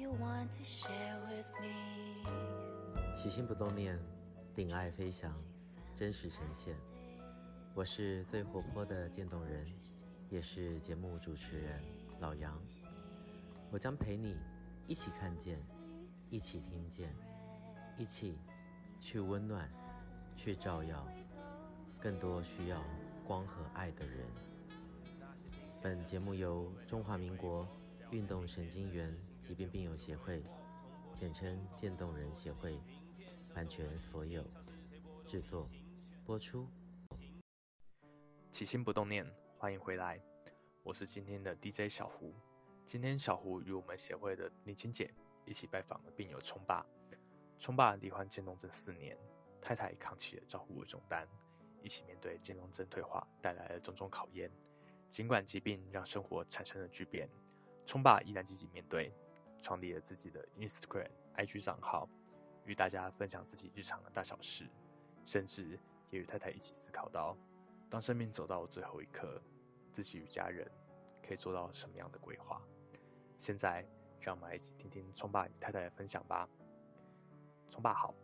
起心不动念，顶爱飞翔，真实呈现。我是最活泼的渐冻人，也是节目主持人老杨。我将陪你一起看见，一起听见，一起去温暖，去照耀更多需要光和爱的人。本节目由中华民国运动神经元疾病病友协会，简称渐冻人协会，版权所有，制作播出。 起心不动念，欢迎回来，我是今天的 DJ 小胡。今天小胡与我们协会的林青姐一起拜访了病友冲爸。冲爸罹患渐冻症4年，太太扛起了照顾的重担，一起面对渐冻症退化带来的种种考验。尽管疾病让生活产生了巨变，冲爸依然积极面对，创立了自己的 Instagram、IG 账号，与大家分享自己日常的大小事，甚至也与太太一起思考到，当生命走到最后一刻，自己与家人可以做到什么样的规划。现在让我们一起听听冲爸与太太的分享吧。冲爸好。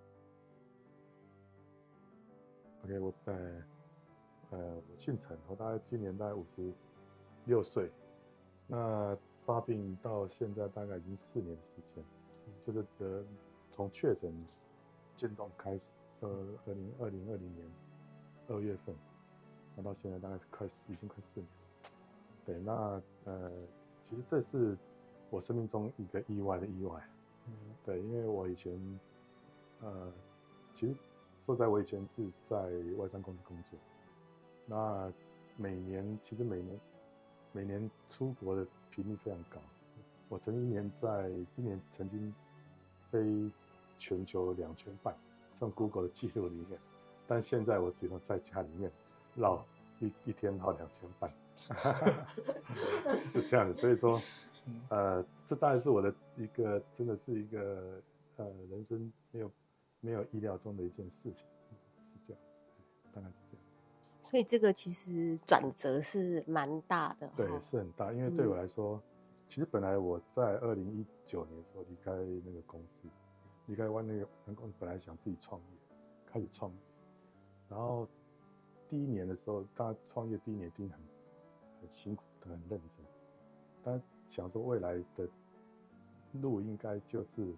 OK， 我姓陈，我大概今年大概56岁，那发病到现在大概已经4年的时间，就是从确诊渐冻开始，到2020年2月份，那到现在大概是已经快4年。对，那其实这是我生命中一个意外的意外。对，因为我以前其实说实在，我以前是在外商公司工作，那每年出国的频率非常高。我曾经一年曾经飞全球2圈半，像 Google 的记录里面，但现在我只能在家里面绕一天绕2圈半，是这样的。所以说，这当然是我的真的是一个人生没有意料中的一件事情，是这样子，大概是这样子。 所以这个其实转折是蛮大的。 对，是很大，因为对我来说，其实本来我在2019年的时候离开那个公司，离开那个公司，本来想自己创业，开始创业。然后第1年的时候，大家创业第1年一定很辛苦，很认真，但想说未来的路应该就是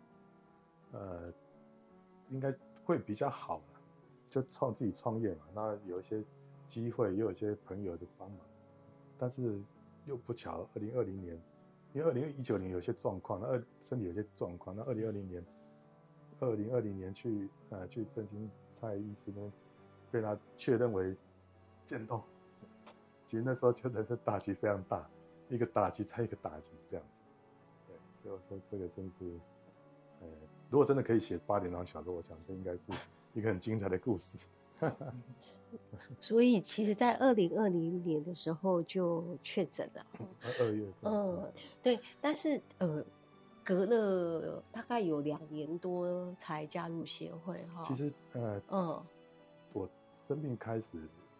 应该会比较好了，就自己创业嘛。那有一些机会，也有一些朋友的帮忙，但是又不巧，2020年，因为2019年有些状况，身体有些状况，那2020年去振兴蔡医师呢，被他确认为渐冻，其实那时候就人生打击非常大，一个打击再一个打击这样子。对，所以我说这个真是。如果真的可以写8点档小说，我想这应该是一个很精彩的故事。 所以其实在2020年的时候就确诊了 2月份。 对，但是隔了大概有2年多才加入协会哈。 其实我生病开始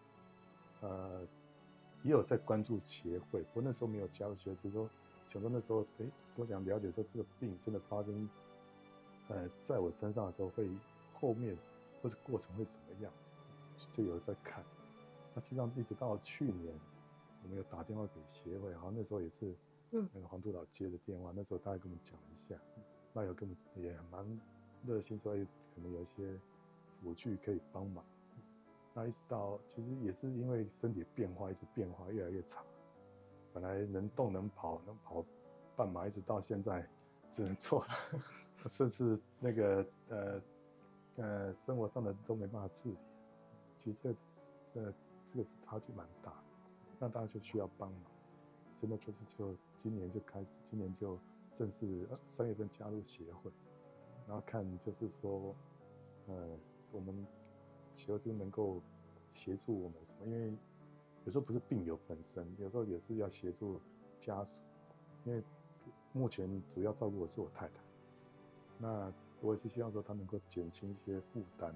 也有在关注协会，不过那时候没有加入协会，就是说想说那时候我想了解说这个病真的发生在我身上的时候会后面或是过程会怎么样子，就有在看。那实际上一直到去年，我们有打电话给协会，好像那时候也是那个黄督导接的电话，那时候大概跟我们讲一下，那有跟我们也蛮热心，说可能有一些辅具可以帮忙。那一直到其实也是因为身体变化一直变化越来越长，本来能动能跑半马，一直到现在只能坐着，甚至那个生活上的都没办法自理。其实这个是差距蛮大的，那当然就需要帮忙。所以那就今年就正式3月份加入协会，然后看就是说，我们协会就能够协助我们什么？因为有时候不是病友本身，有时候也是要协助家属，因为目前主要照顾我是我太太，那我也是希望说她能够减轻一些负担，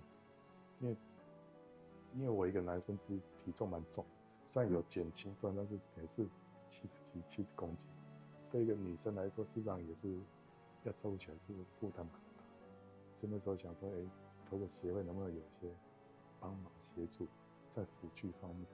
因为我一个男生其实体重蛮重，虽然有减轻但是也是70公斤，对一个女生来说，事实上也是要照顾起来是负担蛮大，所以那时候想说，透过协会能不能有些帮忙协助在辅具方面。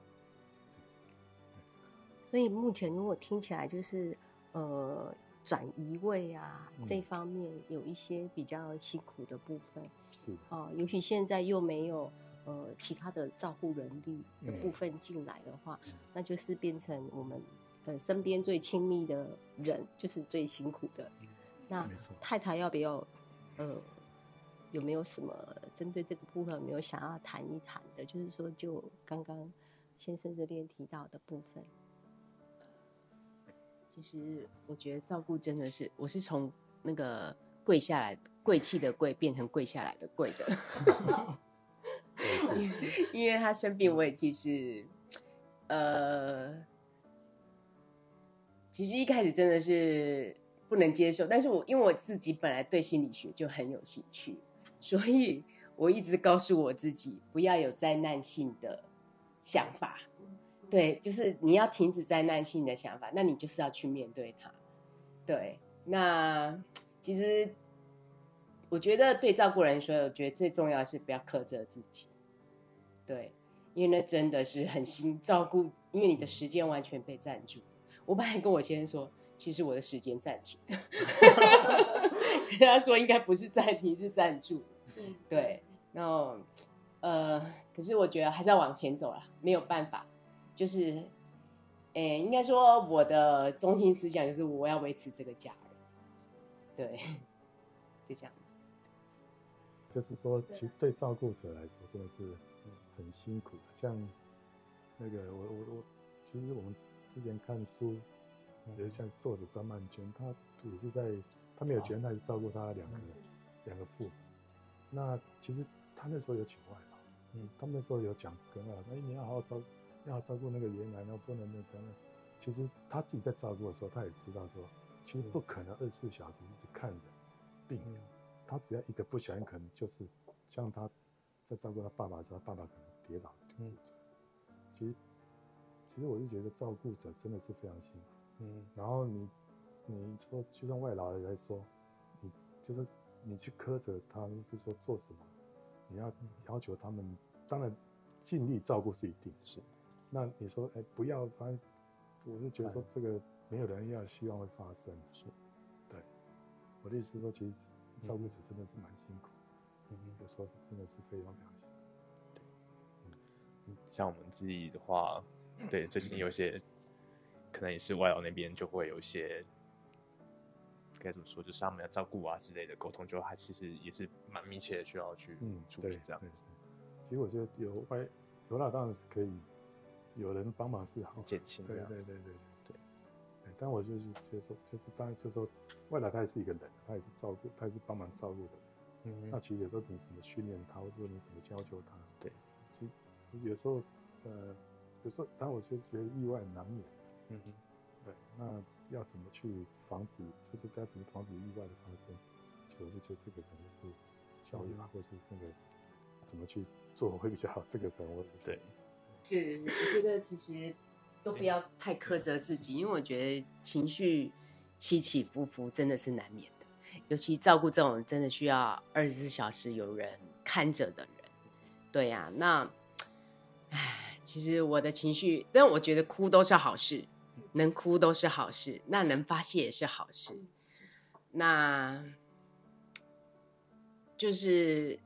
所以目前如果听起来就是转移位啊、这方面有一些比较辛苦的部分， 是尤其现在又没有其他的照顾人力的部分进来的话，那就是变成我们身边最亲密的人就是最辛苦的。那太太要不要有没有什么针对这个部分有没有想要谈一谈的？就是说，就刚刚先生这边提到的部分。 其实我觉得照顾真的是，我是从那个跪下来、贵气的贵变成跪下来的跪的，因为他生病，我也其实一开始真的是不能接受，但是因为我自己本来对心理学就很有兴趣，所以我一直告诉我自己不要有灾难性的想法。对，就是你要停止灾难性的想法，那你就是要去面对它。对，那其实我觉得对照顾人说，我觉得最重要的是不要苛责自己。对，因为那真的是很照顾，因为你的时间完全被占住。我本来跟我先生说，其实我的时间暂停，跟他说应该不是暂停，是暂住。对，那可是我觉得还是要往前走啦，没有办法。就是，应该说我的中心思想就是我要维持这个家人，对，就这样子。 就是说，其实对照顾者来说真的是很辛苦。像那个我，其实我们之前看书，有像作者张曼娟，她也是她没有钱，她也照顾她两个父母。那其实她那时候有请外劳，他们那时候有讲跟外劳说，你要好好照顾那个爷爷奶奶，不能那这样。其实他自己在照顾的时候，他也知道说，其实不可能24小时一直看着病人。他只要一个不小心，可能就是像他在照顾他爸爸的时候，爸爸可能跌倒就骨折。其实我是觉得照顾者真的是非常辛苦。然后你说，就算外劳来说，你去苛责他们，就是说做什么，你要要求他们，当然尽力照顾是一定是。那你说，不要，反正我就觉得说，这个没有人要希望会发生。是，对，我的意思是说，其实照顾者真的是蛮辛苦，有时候是真的是非常辛苦。 对，像我们自己的话，对，最近有些可能也是外劳那边就会有一些该怎么说，就是他们要照顾啊之类的沟通，就还其实也是蛮密切的，需要去处理这样子。 其实我觉得有啦，当然是可以。有人帮忙是好， 减轻的样子。 对。但我就是觉得说，就是当然就是说，外劳他也是一个人，他也是他也是帮忙照顾的。那其实有时候你怎么训练他，或者说你怎么教他，对，其实有时候当然我就觉得意外难免。对，那要怎么去防止，就是要怎么防止意外的发生？其实我就觉得这个可能是教育啊，或是那个怎么去做会比较好。这个可能我对。 是，我觉得其实都不要太苛责自己，因为我觉得情绪起起伏伏真的是难免的，尤其照顾这种真的需要24小时有人看着的人。对呀，那其实我的情绪，但我觉得哭都是好事，能哭都是好事，那能发泄也是好事。那就是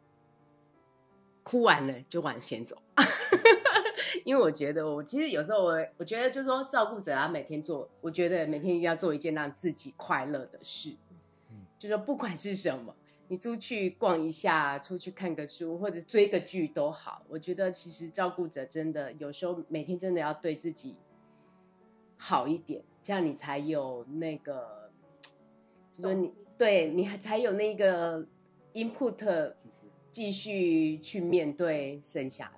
哭完了就往前走。因为我觉得其实有时候我觉得就是说照顾者每天做，我觉得每天一定要做一件让自己快乐的事。就是说不管是什么，你出去逛一下，出去看个书，或者追个剧都好。我觉得其实照顾者真的有时候每天真的要对自己好一点，这样你才有那个，就说你才有那个 input 继续去面对剩下的。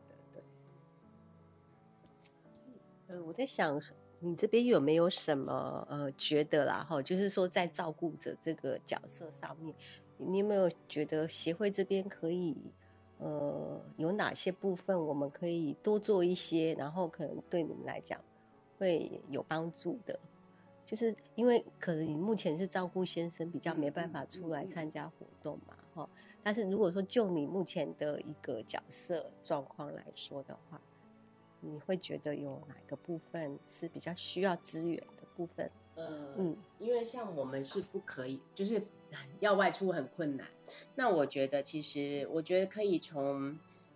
我在想，你这边有没有什么觉得啦就是说在照顾者这个角色上面，你有没有觉得协会这边可以有哪些部分我们可以多做一些，然后可能对你们来讲会有帮助的？ 就是因为可能你目前是照顾先生，比较没办法出来参加活动嘛，但是如果说就你目前的一个角色状况来说的话，你会觉得有哪个部分是比较需要资源的部分？ 因为像我们是不可以，就是要外出很困难。那我觉得我觉得可以从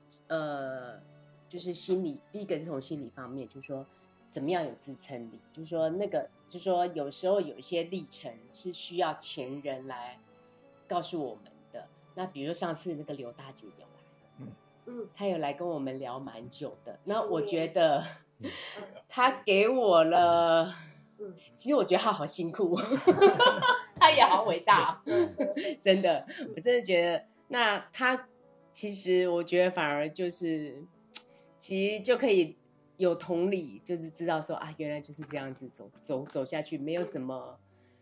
就是心理，第一个是从心理方面，就是说怎么样有支撑力，就是说就是说有时候有一些历程是需要前人来告诉我们的。那比如说上次那个刘大姐有来，她有来跟我们聊蛮久的。那我觉得她给我了。其实我觉得他好辛苦，他也好伟大，真的，我真的觉得，那他其实我觉得反而就是，其实就可以有同理，就是知道说啊，原来就是这样子走下去，没有什么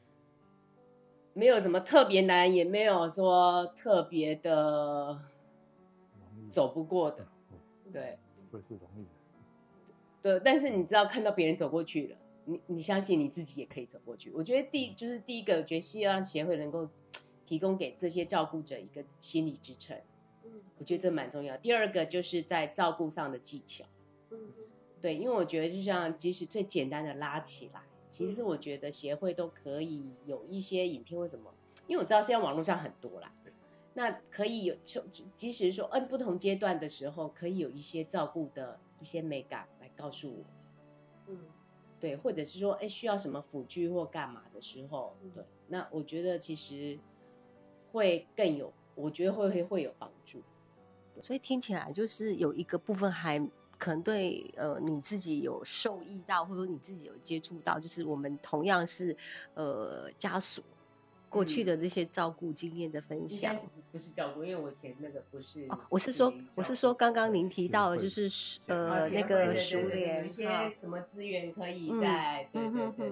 特别难，也没有说特别的走不过的，对， 不会是容易的， 对，但是你知道看到别人走过去了。你相信你自己也可以走过去。我觉得第一个，我觉得希望协会能够提供给这些照顾者一个心理支撑，我觉得这蛮重要。第二个就是在照顾上的技巧，对，因为我觉得就像即使最简单的拉起来，其实我觉得协会都可以有一些影片或什么，因为我知道现在网络上很多啦，那可以有，即使说不同阶段的时候，可以有一些照顾的一些美感来告诉我，对，或者是说，需要什么辅具或干嘛的时候，对，那我觉得其实会更有，我觉得会有帮助。 所以听起来就是有一个部分还可能对你自己有受益到，或者说你自己有接触到，就是我们同样是家属过去的这些照顾经验的分享。 应该不是照顾，因为我以前那个不是。 我是说刚刚您提到的，就是那个熟联， 有一些什么资源可以在，对，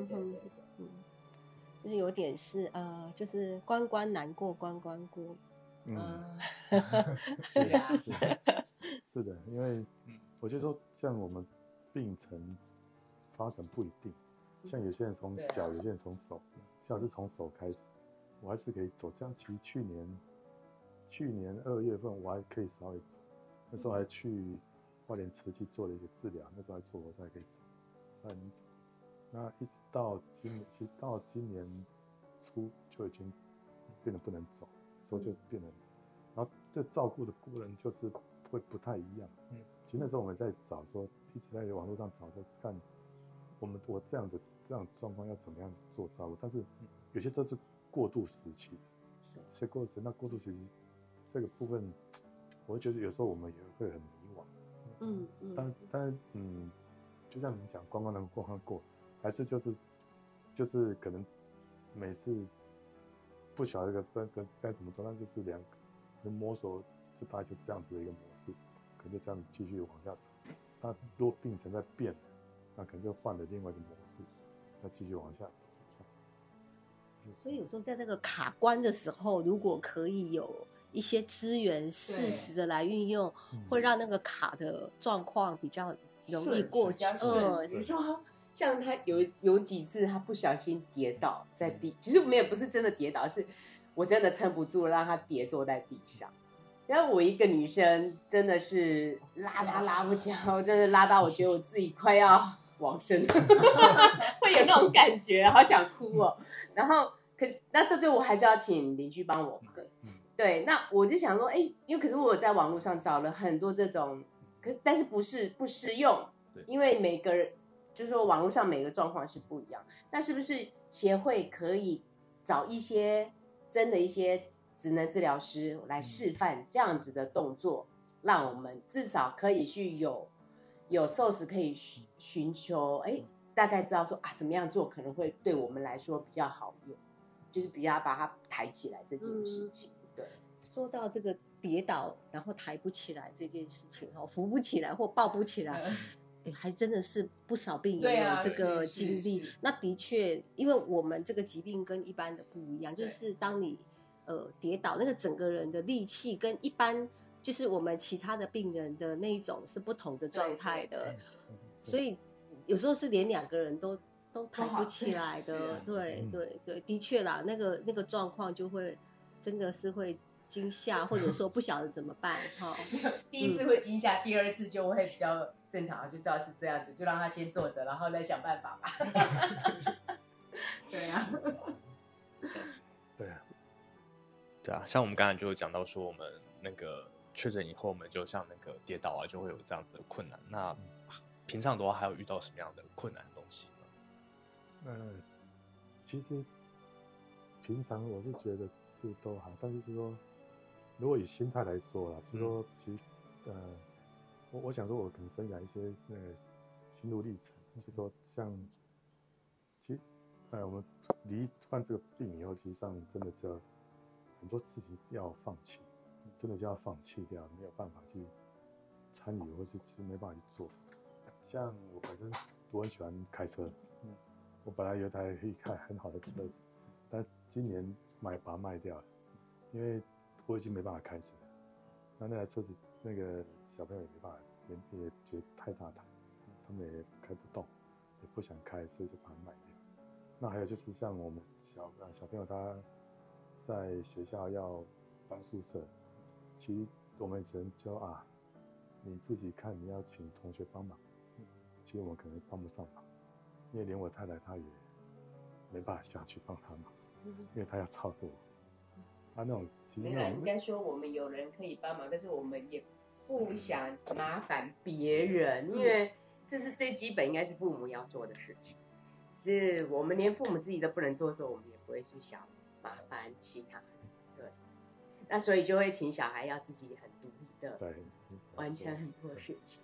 就是有点是就是关关难过关关过。 是的，因为我就说像我们病程发展不一定，像有些人从脚，有些人从手，像我是从手开始，我还是可以走。这样其实去年2月份我还可以稍微走，那时候还去花莲慈济做了一个治疗，那时候还做活塞可以走，才能走。那一直到今年初就已经变得不能走，所以就变得，然后这照顾的过程就是会不太一样。其实那时候我们在找说，一直在网络上找说看我这样的状况要怎么样做照顾，但是有些都是过渡时期的，是过渡时期，那过渡时期这个部分，我会觉得有时候我们也会很迷惘。但是就像你讲，关关难过关关过，还是就是可能每次不晓得该怎么做，那就是两个摸索，就大概就这样子的一个模式，可能就这样子继续往下走。那如果病程在变，那可能就换了另外一个模式，要继续往下走。 所以有时候在那个卡关的时候，如果可以有一些资源适时的来运用，会让那个卡的状况比较容易过去。 你说像他有几次他不小心跌倒在地，其实不是真的跌倒，是我真的撑不住让他跌坐在地上。然后我一个女生真的是拉他拉不起来，我真的拉到我觉得我自己快要往生会有那种感觉，好想哭哦。然后可是那到最后我还是要请邻居帮我嘛。对，那我就想说，因为可是我有在网络上找了很多这种，但是不适用，因为每个人就是说网络上每个状况是不一样。那是不是协会可以找一些真的一些职能治疗师来示范这样子的动作，让我们至少可以去有 source 可以寻求，大概知道说怎么样做可能会对我们来说比较好用，就是比较把它抬起来这件事情。对， 说到这个跌倒然后抬不起来这件事情，扶不起来或抱不起来，还真的是不少病人有这个经历。那的确，因为我们这个疾病跟一般的不一样，就是当你跌倒，那个整个人的力气跟一般就是我们其他的病人的那一种是不同的状态的，所以有时候是连两个人都都抬不起来的。对对对，的确啦，那个状况就会真的是会惊吓，或者说不晓得怎么办哈。 第一次会惊吓，第二次就会比较正常，就知道是这样子，就让他先坐着，然后再想办法吧。对啊， 对啊， 对啊，像我们刚才就有讲到说，我们那个确诊以后，我们就像那个跌倒啊，就会有这样子的困难。那平常的话，还有遇到什么样的困难的东西吗？ 其实平常我是觉得是都好，但是说如果以心态来说啦，就是说其实我想说，我可能分享一些那个心路历程，就是说像其实我们罹患这个病以后，其实上真的就很多事情要放弃，真的就要放弃掉，没有办法去参与，或是没办法去做。像我本身我很喜欢开车，我本来有一台可以开很好的车子，但今年把它卖掉了，因为我已经没办法开车了。那台车子那个小朋友也没办法，也觉得太大台，他们也开不动，也不想开，所以就把它卖掉。那还有就是像我们小朋友他在学校要搬宿舍，其实我们只能教你自己看你要请同学帮忙。其实我们可能帮不上忙，因为连我太太她也没办法下去帮他忙，因为她要照顾我。那种其实那种应该说我们有人可以帮忙，但是我们也不想麻烦别人，因为这是最基本应该是父母要做的事情。是我们连父母自己都不能做的时候，我们也不会去想麻烦其他人。对，那所以就会请小孩要自己很独立的完成很多事情。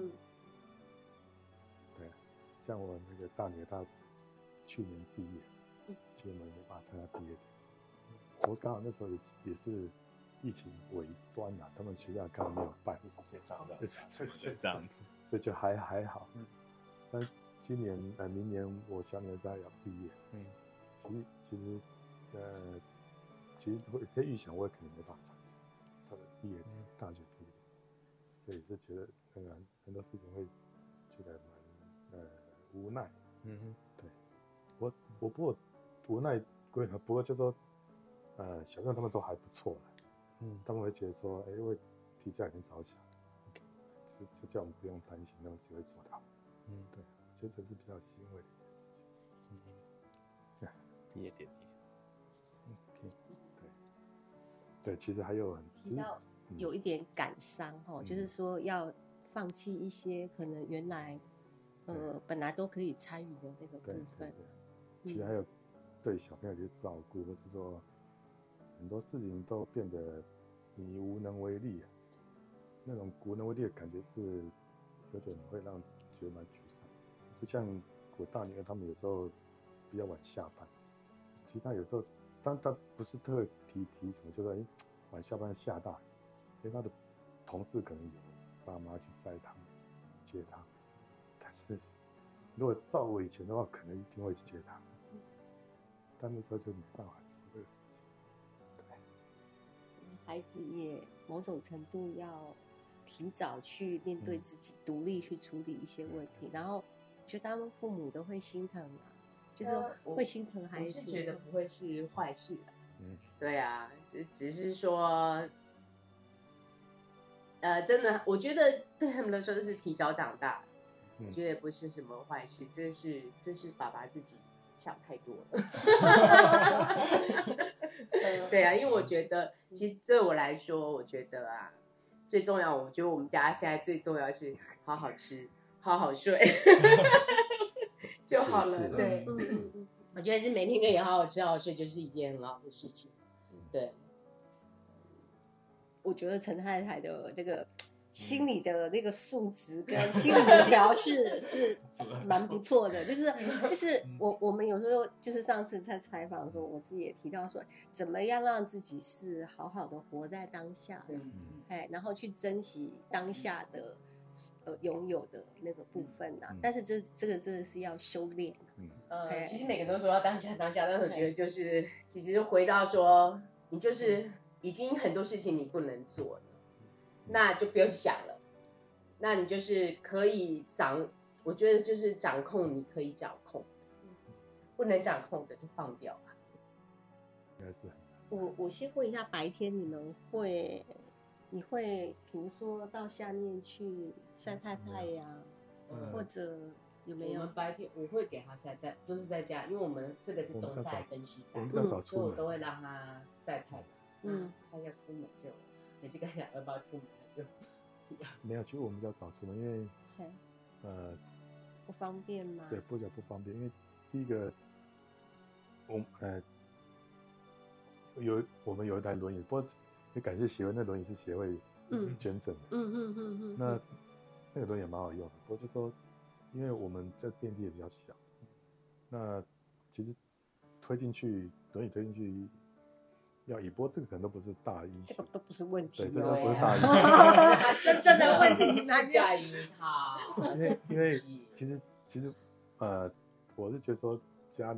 对，像我那个大女儿，她去年毕业，其实我们没办法参加毕业典礼。我刚好那时候也是疫情尾端啦，他们学校刚好没有办， 线上的， 是这样子， 所以就还好。但今年明年我小女儿她要毕业，其实我可以预想，我也可能没办法参加她的大学毕业，所以是觉得很多事情会觉得蛮无奈。对，我不过无奈归不过就说小朋友他们都还不错了，他们会觉得说，为替家人着想，就叫我们不用担心，他们只会做到。对，我觉得这是比较欣慰的一件事情。 毕业典礼。 对，其实还有提到有一点感伤就是说要放弃一些可能原来本来都可以参与的那个部分。 其实还有对小朋友的照顾，或是说很多事情都变得你无能为力，那种无能为力的感觉是有点会让觉得蛮沮丧。就像我大女儿他们有时候比较晚下班，其实她有时候他不是特提什么，就说晚下班下大雨，因为他的同事可能有爸妈去载他们接他，但是如果照我以前的话，可能一定会去接他，但那时候就没办法做这个事情。对， 孩子也某种程度要提早去面对自己，独立去处理一些问题，然后我觉得他们父母都会心疼就是会心疼孩子。 我是觉得不会是坏事对啊，只是说，真的，我觉得对他们来说是提早长大，我觉得不是什么坏事，这是爸爸自己想太多了。对啊，因为我觉得，其实对我来说，我觉得最重要，我觉得我们家现在最重要是好好吃，好好睡就好了。对，我觉得是每天可以好好吃好好睡，就是一件很好的事情。对， 我觉得陈太太的这个心理的那个素质跟心理的调试是蛮不错的，就是我们有时候就是上次在采访的时候，我自己也提到说，怎么样让自己是好好的活在当下，然后去珍惜当下的拥有的那个部分但是这个真的是要修炼其实每个人都说要当下，但是我觉得就是其实回到说，你就是已经很多事情你不能做了，那就不用想了，那你就是可以我觉得就是掌控你可以掌控， 不能掌控的就放掉吧。 应该是我先问一下，白天你会比如说到下面去晒太阳，或者有没有？ 我们白天我会给他晒，都是在家，因为我们这个是东晒跟西晒， 我们比较少出门， 所以我都会让他晒太阳。他要出门就每次跟他讲要不要出门就没有，其实我们比较少出门，因为不方便吗？ 对，不方便，因为第一个我们有一台轮椅，不过也感谢协会，那轮椅是协会捐赠的。那个轮椅也蛮好用的，不过就说，因为我们这电梯也比较小，那其实轮椅推进去要移，不过这个可能都不是大衣， 这个都不是问题， 对，这个不是大衣， 真正的问题难在于他。 因为其实我是觉得说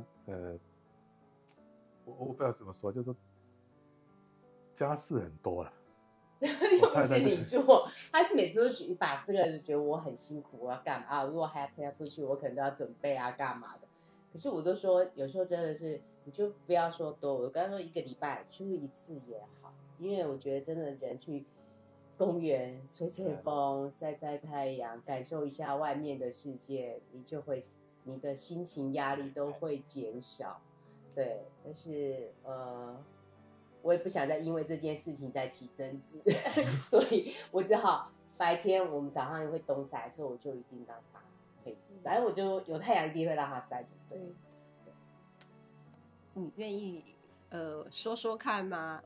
我不知道怎么说，就是说家事很多了。 又不是你做，他每次都把这个觉得我很辛苦，我要干嘛啊？如果还要陪他出去，我可能都要准备啊，干嘛的。可是我都说，有时候真的是，你就不要说多。我刚刚说1个礼拜出1次也好，因为我觉得真的人去公园吹吹风、晒晒太阳，感受一下外面的世界，你的心情压力都会减少。对，但是我也不想再因为这件事情再起争执，所以我只好白天我们早上会东晒，所以我就一定让它可以，反正我就有太阳一定会让它晒，对。 你愿意说说看吗？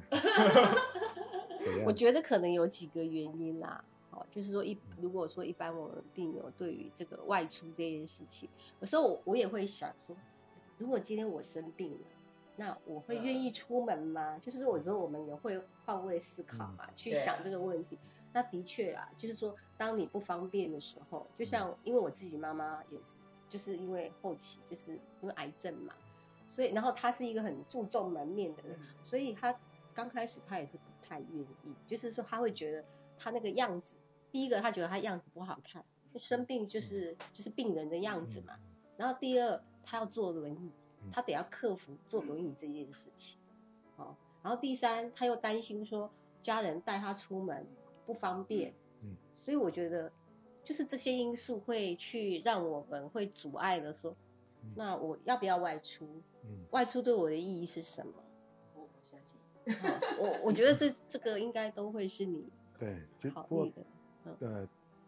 我觉得可能有几个原因啦。就是说如果说一般我们病友对于这个外出这件事情，有时候我也会想说，如果今天我生病了，那我会愿意出门吗？就是说有时候我们也会换位思考嘛，去想这个问题。那的确啊，就是说当你不方便的时候，就像因为我自己妈妈也是，就是因为后期就是因为癌症嘛，所以然后她是一个很注重门面的人，所以她刚开始她也是不太愿意，就是说她会觉得她那个样子，第一个她觉得她样子不好看，生病就是病人的样子嘛，然后第二她要坐轮椅。他得要克服坐轮椅这件事情，然后第三，他又担心说家人带他出门不方便，所以我觉得就是这些因素会去让我们会阻碍了说，那我要不要外出？外出对我的意义是什么？ 我相信， 我觉得这个应该都会是你考虑的。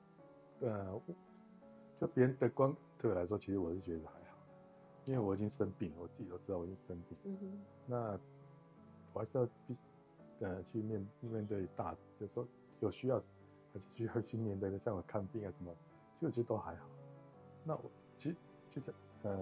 就别人的观对我来说，其实我是觉得还好。因为我已经生病了，我自己都知道我已经生病，那我还是要去面对就是说有需要还是需要去面对的，像我看病啊什么，其实我觉得都还好。那我其实就是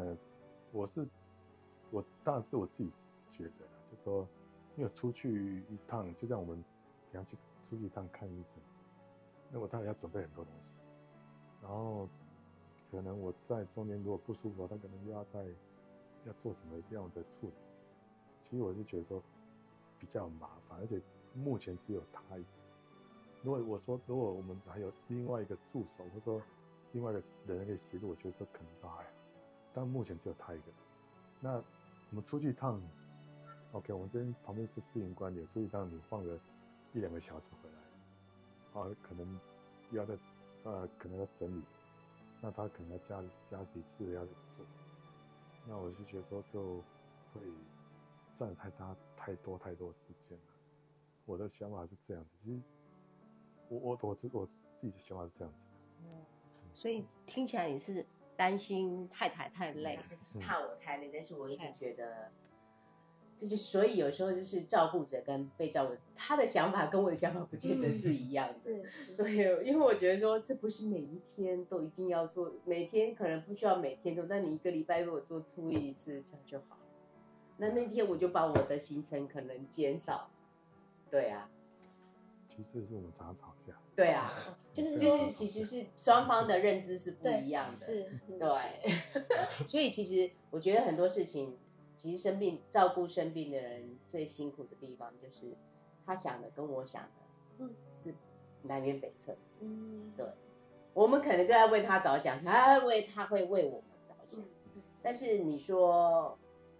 我当然是我自己觉得啦，就是说因为我出去一趟，就像我们平常出去一趟看医生，那我当然要准备很多东西，然后。可能我在中间如果不舒服，他可能又要做什么样的处理。其实我是觉得说比较麻烦，而且目前只有他一个。如果我们还有另外一个助手，或者说另外一个人可以协助，我觉得这可能都还好。但目前只有他一个。那我们出去一趟 ，OK， 我们这边旁边是试营管理，出去一趟你放个1-2个小时回来，可能要可能要整理。那他可能要加笔试的要做，那我就觉得说就会占了太多时间了。我的想法是这样子，其实我自己的想法是这样子。 所以听起来你是担心太太太累， 就是怕我太累，但是我一直觉得。所以有时候就是照顾者跟被照顾者，他的想法跟我的想法不见得是一样的。对，因为我觉得说这不是每一天都一定要做，每天可能不需要每天做，但你1个礼拜如果出1次这样就好了。那天我就把我的行程可能减少。对啊。 其实是我们常常吵架。 对啊，就是其实是双方的认知是不一样的。对。所以其实我觉得很多事情。其实照顾生病的人最辛苦的地方，就是他想的跟我想的，是南辕北辙。对，我们可能都在为他着想，他会为我们着想。 但是你说，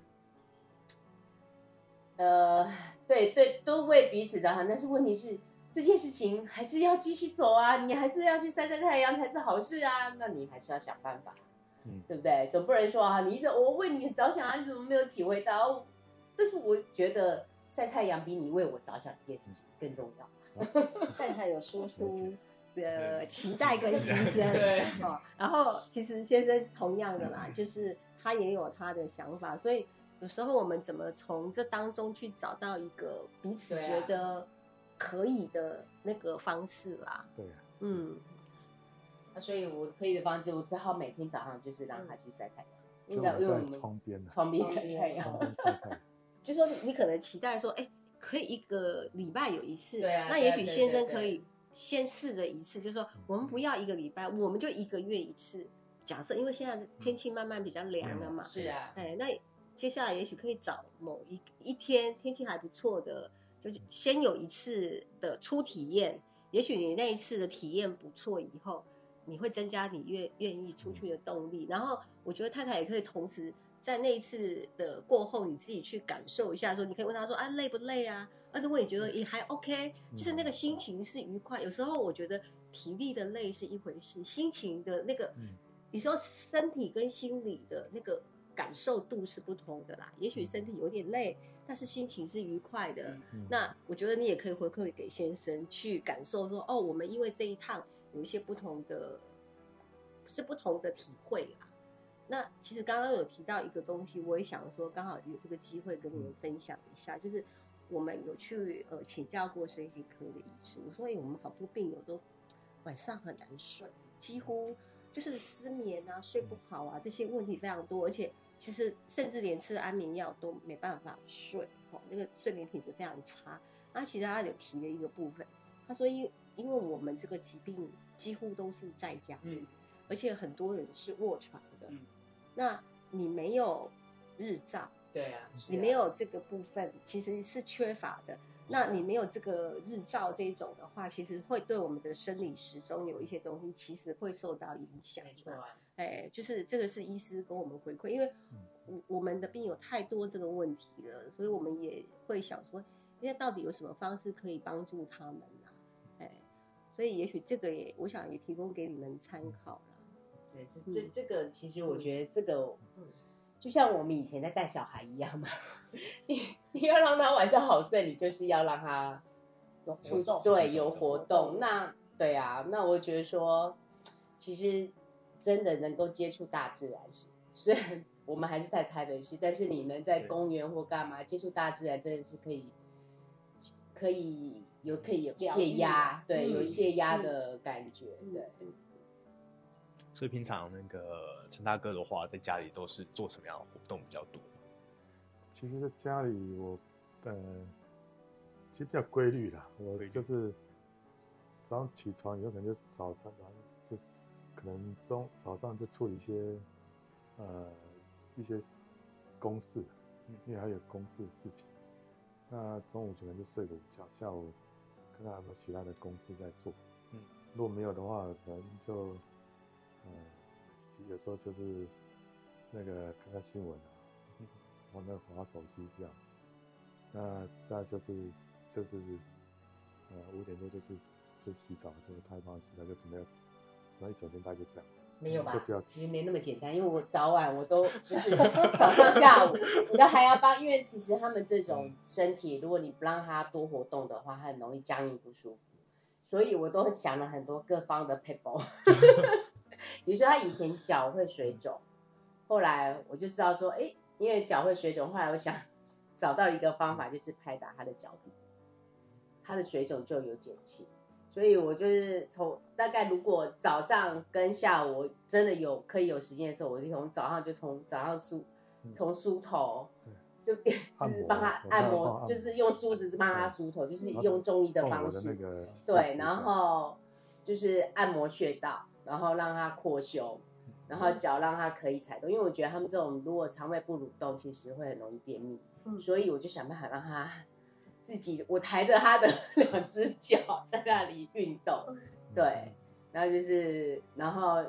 对，都为彼此着想，但是问题是这件事情还是要继续走啊，你还是要去晒晒太阳才是好事啊，那你还是要想办法，对不对？总不能说啊，你一直我为你着想啊，你怎么没有体会到？但是我觉得晒太阳比你为我着想这件事情更重要。 太太有说出期待跟牺牲， 对然后其实先生同样的啦，就是他也有他的想法，所以有时候我们怎么从这当中去找到一个彼此觉得可以的那个方式啦。 对啊， 所以我可以的方式，我只好每天早上就是让他去晒太阳， 因为我们窗边晒太阳， 就说你可能期待说，可以1个礼拜有一次， 对啊， 那也许先生可以先试着1次，就是说我们不要1个礼拜，我们就1个月1次。假设因为现在天气慢慢比较凉了嘛， 是啊， 那接下来也许可以找某一天天气还不错的，就先有1次的初体验，也许你那一次的体验不错以后，你会增加你愿意出去的动力。然后我觉得太太也可以同时在那一次的过后，你自己去感受一下，说你可以问他说啊累不累啊？如果你觉得也还 OK， 就是那个心情是愉快。有时候我觉得体力的累是一回事，心情的那个，你说身体跟心理的那个感受度是不同的啦。也许身体有点累，但是心情是愉快的。那我觉得你也可以回馈给先生去感受说，哦，我们因为这一趟有一些不同的体会啦。那其实刚刚有提到一个东西，我也想说，刚好有这个机会跟你们分享一下，就是我们有去请教过身心科的医师，我说我们好多病友都晚上很难睡，几乎就是失眠啊、睡不好啊，这些问题非常多，而且其实甚至连吃安眠药都没办法睡，那个睡眠品质非常差。那其实他有提了一个部分，他说因为我们这个疾病几乎都是在家里，而且很多人是卧床的，那你没有日照， 对啊， 你没有这个部分其实是缺乏的。那你没有这个日照这一种的话，其实会对我们的生理时钟有一些东西其实会受到影响。 没错啊， 就是这个是医师跟我们回馈，因为我们的病有太多这个问题了，所以我们也会想说，那到底有什么方式可以帮助他们啊？所以也许这个我想也提供给你们参考了。 对，这个其实我觉得这个，就像我们以前在带小孩一样嘛，你要让他晚上好睡，你就是要让他有活动， 对，有活动。那对啊，那我觉得说，其实真的能够接触大自然是，虽然我们还是在台北市，但是你能在公园或干嘛接触大自然，真的是可以有泄压，对，有泄压的感觉，对。 所以平常那个陈大哥的话，在家里都是做什么样的活动比较多？ 其实在家里我其实比较规律啦，我就是早上起床以后，可能就早上就可能早上就处理一些公事，因为还有公事的事情。那中午可能就睡个午觉，下午看看有没有其他的公事在做。如果没有的话，可能就有时候就是那个看看新闻啊，然后那个滑手机这样子。那再就是5点多就洗澡，就太帮洗澡，就准备要，然后一整天大概就这样子。 没有吧？ 就其实没那么简单，因为我早晚我都就是早上下午，我都还要帮，因为其实他们这种身体，如果你不让他多活动的话，他很容易僵硬不舒服，所以我都想了很多各方的撇步。比如说他以前脚会水肿，后来我就知道说，因为脚会水肿，后来我想找到一个方法，就是拍打他的脚底，他的水肿就有减轻。所以我就是大概如果早上跟下午我真的可以有时间的时候，我就从早上梳头，就是帮他按摩，就是用梳子帮他梳头，就是用中医的方式，对，然后就是按摩穴道，然后让他扩胸，然后脚让他可以踩动，因为我觉得他们这种如果肠胃不蠕动，其实会很容易便秘，所以我就想办法让他我抬着他的2只脚在那里运动，对，然后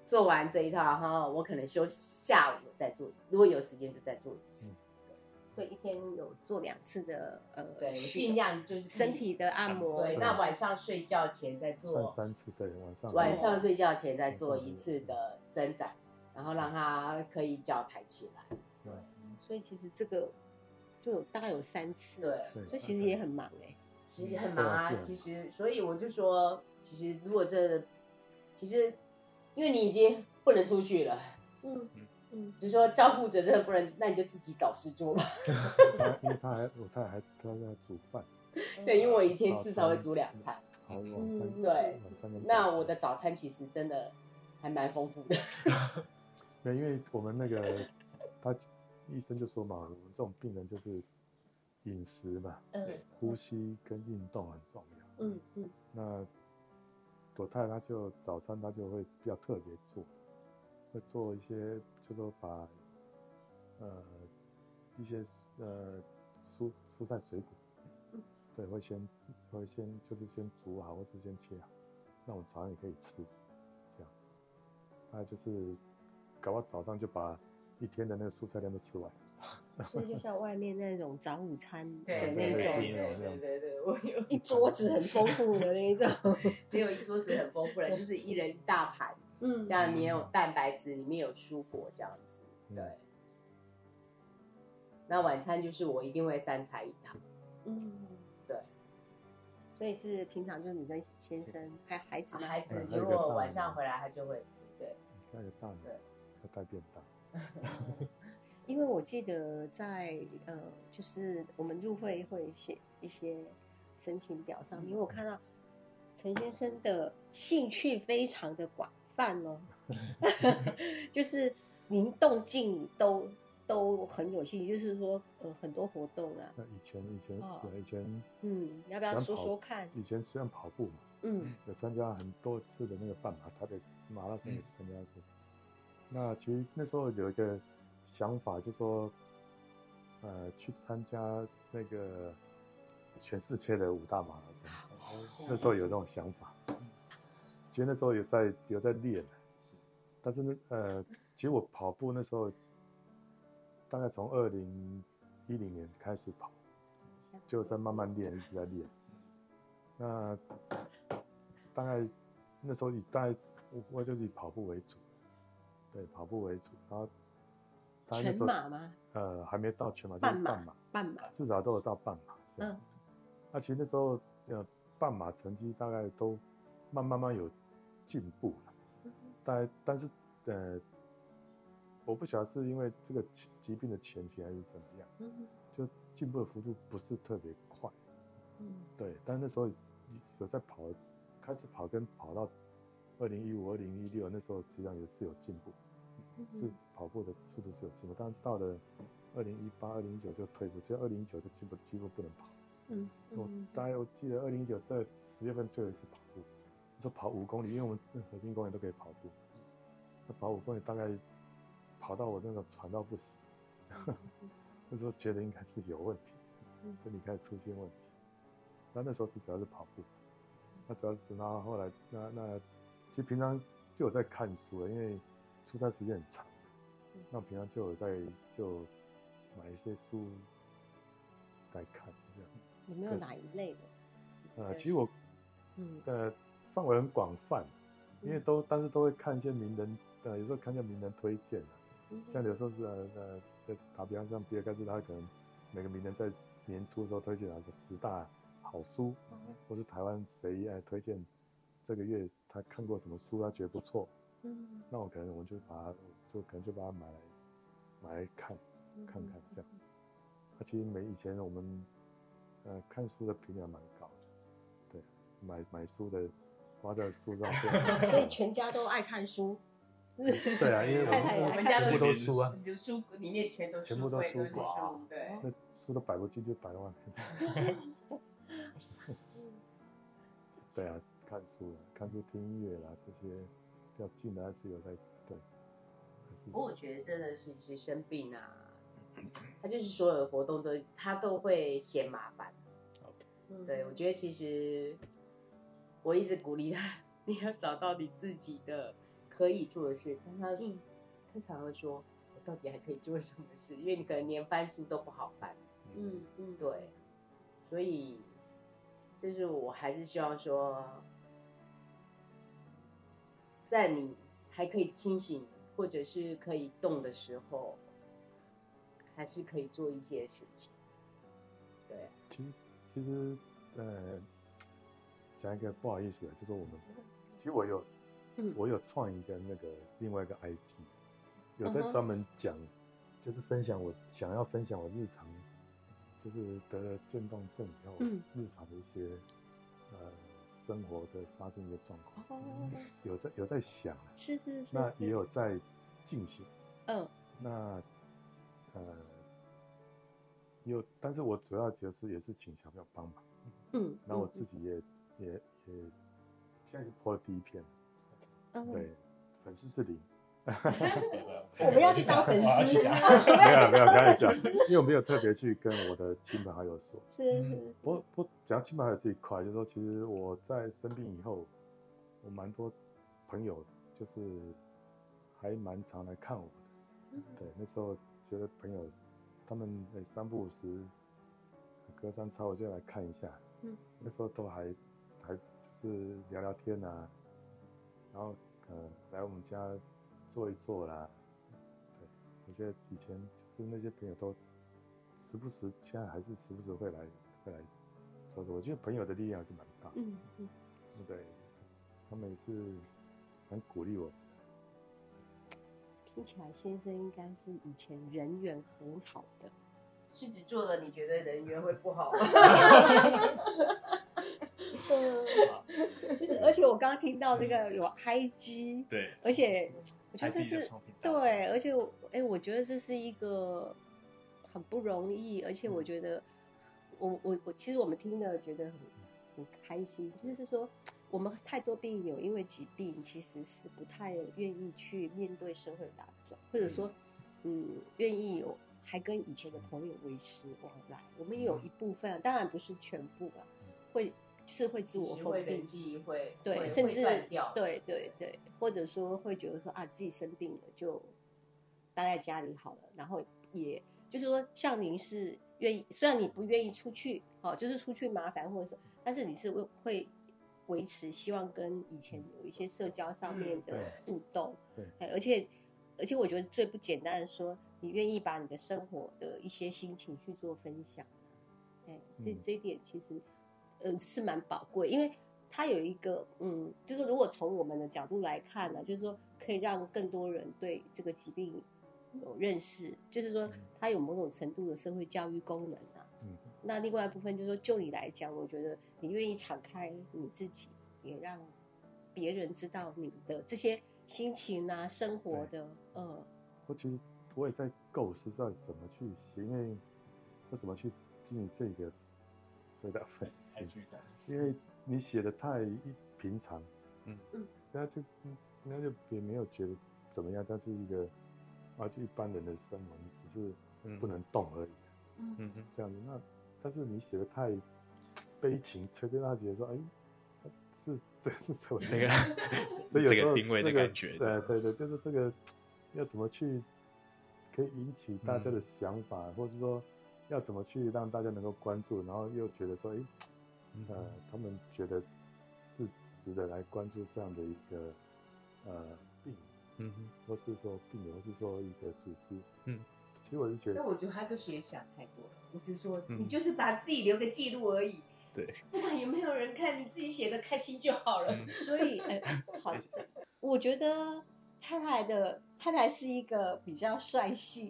做完这一套哈，我可能下午再做，如果有时间就再做一次。 所以一天有做2次的对，尽量就是身体的按摩。 对，那晚上睡觉前再做算3次，对， 晚上睡觉前再做1次的伸展，然后让它可以脚抬起来。 对， 所以其实这个就大概有3次。 对， 所以其实也很忙哎。 其实很忙啊，其实所以我就说，其实如果其实因为你已经不能出去了，就说照顾者真的不能，那你就自己找事做吧。 因为我太太在煮饭。 对，因为我一天至少会煮2餐。 对， 那我的早餐其实真的还蛮丰富的。 没，因为我们那个医生就说嘛，我们这种病人就是饮食嘛，呼吸跟运动很重要。那我太太她就早餐她就会比较特别做，会做一些，就说把一些蔬菜水果，对，会先就是先煮好或是先切好，那我们早上也可以吃，这样子，大概就是搞到早上就把一天的那个蔬菜量都吃完。 所以就像外面那种早午餐的对那种， 对，我有一桌子很丰富的那一种， 没有一桌子很丰富的，就是一人一大盘，这样你也有蛋白质，里面有蔬果这样子，对。那晚餐就是我一定会3菜1汤，对。 所以是平常就是你跟先生还有孩子吗？ 孩子如果晚上回来他就会吃，对。 带个大的，要带便当。 因为我记得在就是我们入会会写一些申请表上面，因为我看到陈先生的兴趣非常的广泛哦，就是您动静都很有兴趣，就是说很多活动啊。 以前， 你要不要说说看？ 以前虽然跑步嘛，有参加很多次的那个半马，台北马拉松也参加过。那其实那时候有一个想法，就说，去参加那个全世界的5大马拉松。那时候有这种想法，其实那时候有在练，但是呢，其实我跑步那时候大概从2010年开始跑，就在慢慢练，一直在练。那大概那时候我就是以跑步为主。对，跑步为主，然后全马吗？ 还没到全马，就是半马，至少都有到半马这样子。那其实那时候半马成绩大概都慢慢有进步了，但是我不晓得是因为这个疾病的前期还是怎么样，就进步的幅度不是特别快，对，但那时候有在跑，开始跑跟跑到2015、2016那时候实际上也是有进步，是跑步的速度是有进步，但到了2018、2019就退步，只有2019就几乎不能跑。我记得2019在10月份最后一次跑步，那时候跑5公里，因为我们和平公园都可以跑步，那跑5公里大概跑到我那个喘到不行，那时候觉得应该是有问题，身体开始出现问题。那时候是主要是跑步，那主要是然后后来那其实平常就有在看书了，因为出差时间很长，那平常就买一些书来看这样子。 有没有哪一类的？ 其实我范围很广泛，因为但是都会看一些名人，有时候看一些名人推荐像有时候是打比方像比尔盖茨，他可能每个名人在年初的时候推荐10大好书，或是台湾谁推荐这个月他看过什么书，他觉得不错，那我可能就把它买来看看这样子。其实以前我们看书的频率还蛮高的，对，买书的花在书上， 所以全家都爱看书。 对啊，因为我们家全部都书啊， 就书里面全都全部都书柜，对， 那书都摆不进，就摆在外面。对啊，看书听音乐啦，这些比较近的还是有在对。 不过我觉得真的是其实生病啊，他就是所有的活动他都会嫌麻烦。对，我觉得其实我一直鼓励他，你要找到你自己的可以做的事，但他常常说，我到底还可以做什么事？因为你可能连翻书都不好翻。对，所以就是我还是希望说，在你还可以清醒或者是可以动的时候，还是可以做一些事情。对， 其实讲一个不好意思的，就是我们其实我有创一个另外一个 IG， 有在专门讲，就是想要分享我日常，就是得了渐冻症以后，日常的一些生活的发生一些状况，有在想， 是， 那也有在进行，那但是我主要就是也是请小朋友帮忙，那我自己也现在就播了第一篇，对，粉丝是0。 我们要去当粉丝， 没有开玩笑，因为我没有特别去跟我的亲朋好友说。 是， 不讲亲朋好友这一块，就是说，其实我在生病以后，我蛮多朋友就是还蛮常来看我的。对，那时候觉得朋友他们3不5时隔三差五就来看一下，那时候都还就是聊聊天啊，然后来我们家坐一坐啦。对，我觉得以前就是那些朋友都时不时，现在还是时不时会来走走。我觉得朋友的力量是蛮大的，对，他们也是很鼓励我。 听起来先生应该是以前人缘很好的。 狮子座的，你觉得人缘会不好吗？ 就是而且我刚刚听到那个有 IG， 对， 而且我觉得这是对， 而且我觉得这是一个很不容易，而且我觉得我其实我们听了觉得很开心，就是说我们太多病友因为疾病其实是不太愿意去面对社会大众，或者说愿意还跟以前的朋友维持往来。我们也有一部分，当然不是全部啊，会自我封闭，对，甚至对，或者说会觉得说自己生病了就待在家里好了，然后也就是说像您是愿意，虽然你不愿意出去，就是出去麻烦或者说，但是你是会维持，希望跟以前有一些社交上面的互动，而且我觉得最不简单的说，你愿意把你的生活的一些心情去做分享，这一点其实是蛮宝贵，因为它有一个就是如果从我们的角度来看呢，就是说可以让更多人对这个疾病有认识，就是说它有某种程度的社会教育功能啊。那另外一部分就是说，就你来讲，我觉得你愿意敞开你自己，也让别人知道你的这些心情啊、生活的其实我也在构思到怎么去写，因为要怎么去经营这个所谓的粉丝，因为你写的太平常，大家就也没有觉得怎么样，它是一个就一般人的生活，你只是不能动而已，这样子。那但是你写的太悲情，会让他觉得说，这是什么？ 这个， 所以有时候这个定位的感觉， 对，就是这个要怎么去可以引起大家的想法，或者说要怎么去让大家能够关注，然后又觉得说，他们觉得是值得来关注这样的一个病，或是说病友，或是说一个组织，其实我是觉得， 但我觉得他都写想太多了，不是说你就是把自己留个记录而已， 对， 不管有没有人看，你自己写的开心就好了。 所以好，我觉得太太是一个比较帅气。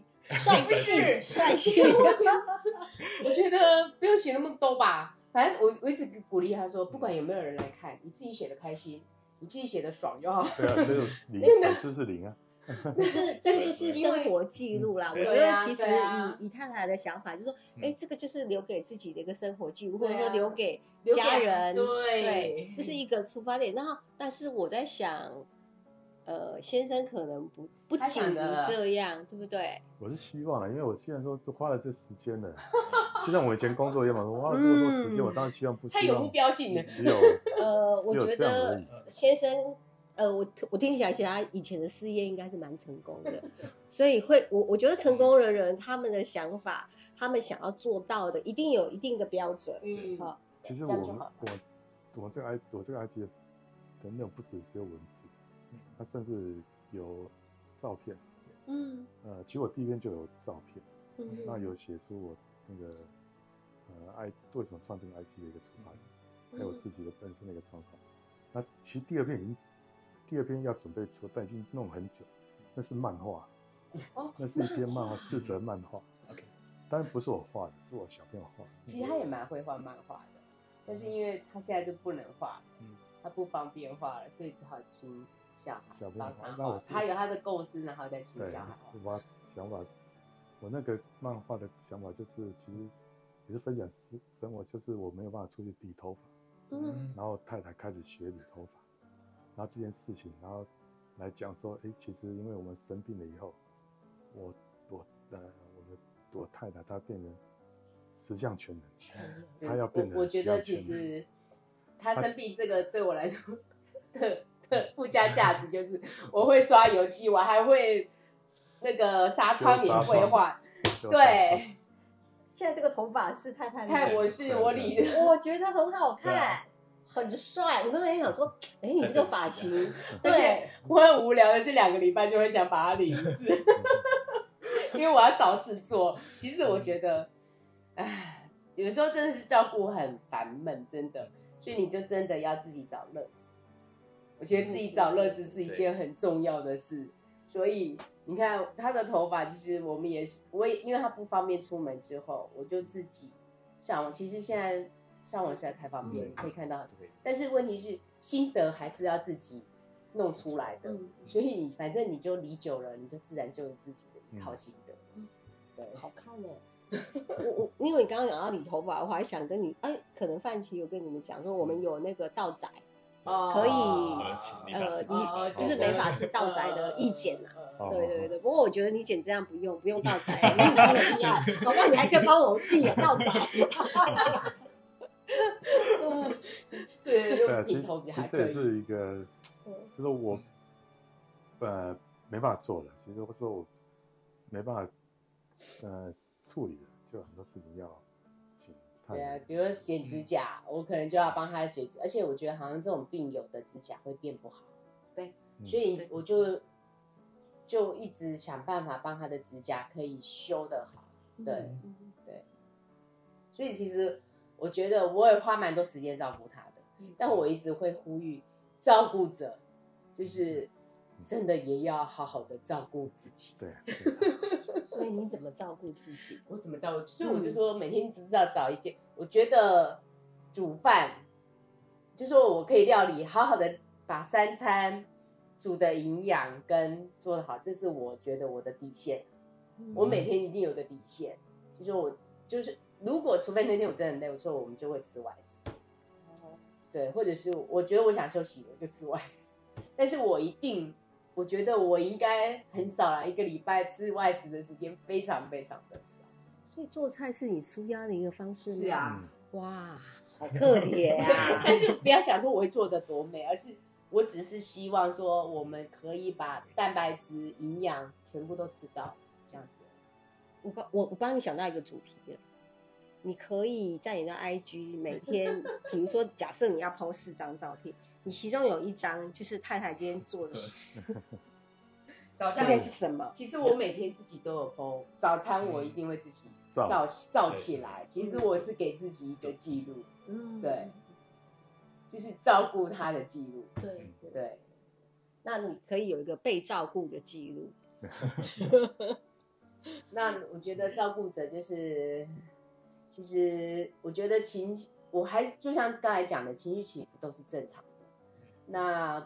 我觉得不用写那么多吧，反正我一直鼓励他说，不管有没有人来看，你自己写的开心，你自己写的爽就好。 对啊，这个0，粉丝是0啊。 这就是生活记录啦。我觉得其实以太太的想法，就是说，这个就是留给自己的一个生活记录，或者说留给家人，对，这是一个出发点。然后，但是我在想，先生可能不仅于这样，对不对？ 我是希望啊，因为我既然说就花了这时间了，就像我以前工作一样嘛，我花了这么多时间，我当然希望不希望太有目标性的。 只有我觉得先生我听起来，其实他以前的事业应该是蛮成功的，所以我觉得成功的人，他们的想法，他们想要做到的，一定有一定的标准。好， 其实我这个 IG 的内容不只有文字，它甚至有照片。其实我第一篇就有照片，那有写出我那个为什么创这个 IG 的一个出发点，还有我自己的本身的一个状况。那其实第二篇要准备出，但已经弄很久，那是漫画，那是一篇漫画，4则漫画。 OK， 当然不是我画的，是我小朋友画的。 其实他也蛮会画漫画的，但是因为他现在就不能画，他不方便画了，所以只好请小孩帮他画。他有他的构思，然后再请小孩画。 我想法，我那个漫画的想法就是，其实也是分享生活，就是我没有办法出去理头发，然后太太开始学理头发，然后这件事情，然后来讲说，其实因为我们生病了以后，我太太她变成十项全能，她要变成我觉得其实她生病这个对我来说的附加价值就是，我会刷油漆，我还会那个纱窗也会画，对。 现在这个头发是太太的， 我理的， 我觉得很好看，很帅。我刚才也想说，你这个发型，对， 我很无聊的是2个礼拜就会想把它理一次，因为我要找事做。其实我觉得，有时候真的是照顾很烦闷，真的，所以你就真的要自己找乐子。我觉得自己找乐子是一件很重要的事，所以。你看他的头发，其实我也因为他不方便出门之后，我就自己上网。其实现在上网实在太方便，可以看到很多。但是问题是心得还是要自己弄出来的，所以反正你就理久了，你就自然就有自己的一套心得。对， 好看我因为你刚刚讲到理头发，我还想跟你，可能范琪有跟你们讲说，我们有那个道宅。可以，就是美发师道宅的意见啊。对。不过我觉得你剪这样不用道宅，你已经很厉害，搞不好你还可以帮我避道宅。 对， 其实这也是一个，就是我没办法做的，其实或者说我没办法处理的，就很多事情要。 对啊，比如说剪指甲，我可能就要帮他剪，而且我觉得好像这种病友的指甲会变不好，对，所以我就一直想办法帮他的指甲可以修得好，对，所以其实我觉得我也花蛮多时间照顾他的，但我一直会呼吁照顾者，就是真的也要好好的照顾自己。 对。 所以你怎么照顾自己？ 我怎么照顾？所以我就说每天只知道找一件，我觉得煮饭，就说我可以料理，好好的把3餐煮的营养跟做得好，这是我觉得我的底线。我每天一定有个底线，就说我就是如果除非那天我真的很累，我说我们就会吃外食，对，或者是我觉得我想休息，我就吃外食，但是我觉得我应该很少啦，1个礼拜吃外食的时间非常非常的少。 所以做菜是你抒压的一个方式吗？ 是啊， 哇，好特别啊！ 但是不要想说我会做得多美，而是我只是希望说我们可以把蛋白质、营养全部都吃到，这样子。 我帮你想到一个主题了，你可以在你的 IG 每天，比如说假设你要 po 4张照片。你其中有1张就是太太今天做的事， 早餐是什么？ 其实我每天自己都有 po 早餐，我一定会自己照起来。其实我是给自己一个记录，对，就是照顾他的记录，对。 那你可以有一个被照顾的记录。 那我觉得照顾者就是，其实我觉得我还就像刚才讲的，情绪起伏都是正常的。那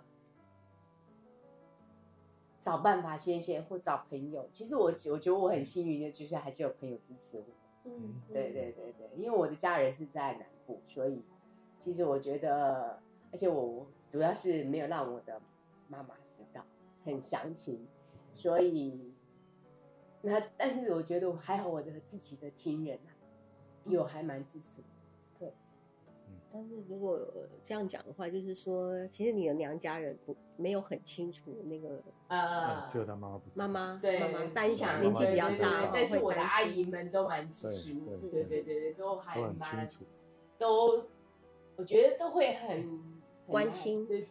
找办法宣泄或找朋友，其实我觉得我很幸运的，就是还是有朋友支持我。对，因为我的家人是在南部，所以其实我觉得，而且我主要是没有让我的妈妈知道，很详情，所以但是我觉得还好，我的自己的亲人有还蛮支持我。对， 但是如果这样讲的话，就是说，其实你的娘家人没有很清楚那个只有他妈妈不知道。 妈妈对担心， 想年纪比较大， 对对对但是我的会担心阿姨们都蛮支持我， 对对，都还都很蛮清楚。 都，我觉得都会很关心， 对，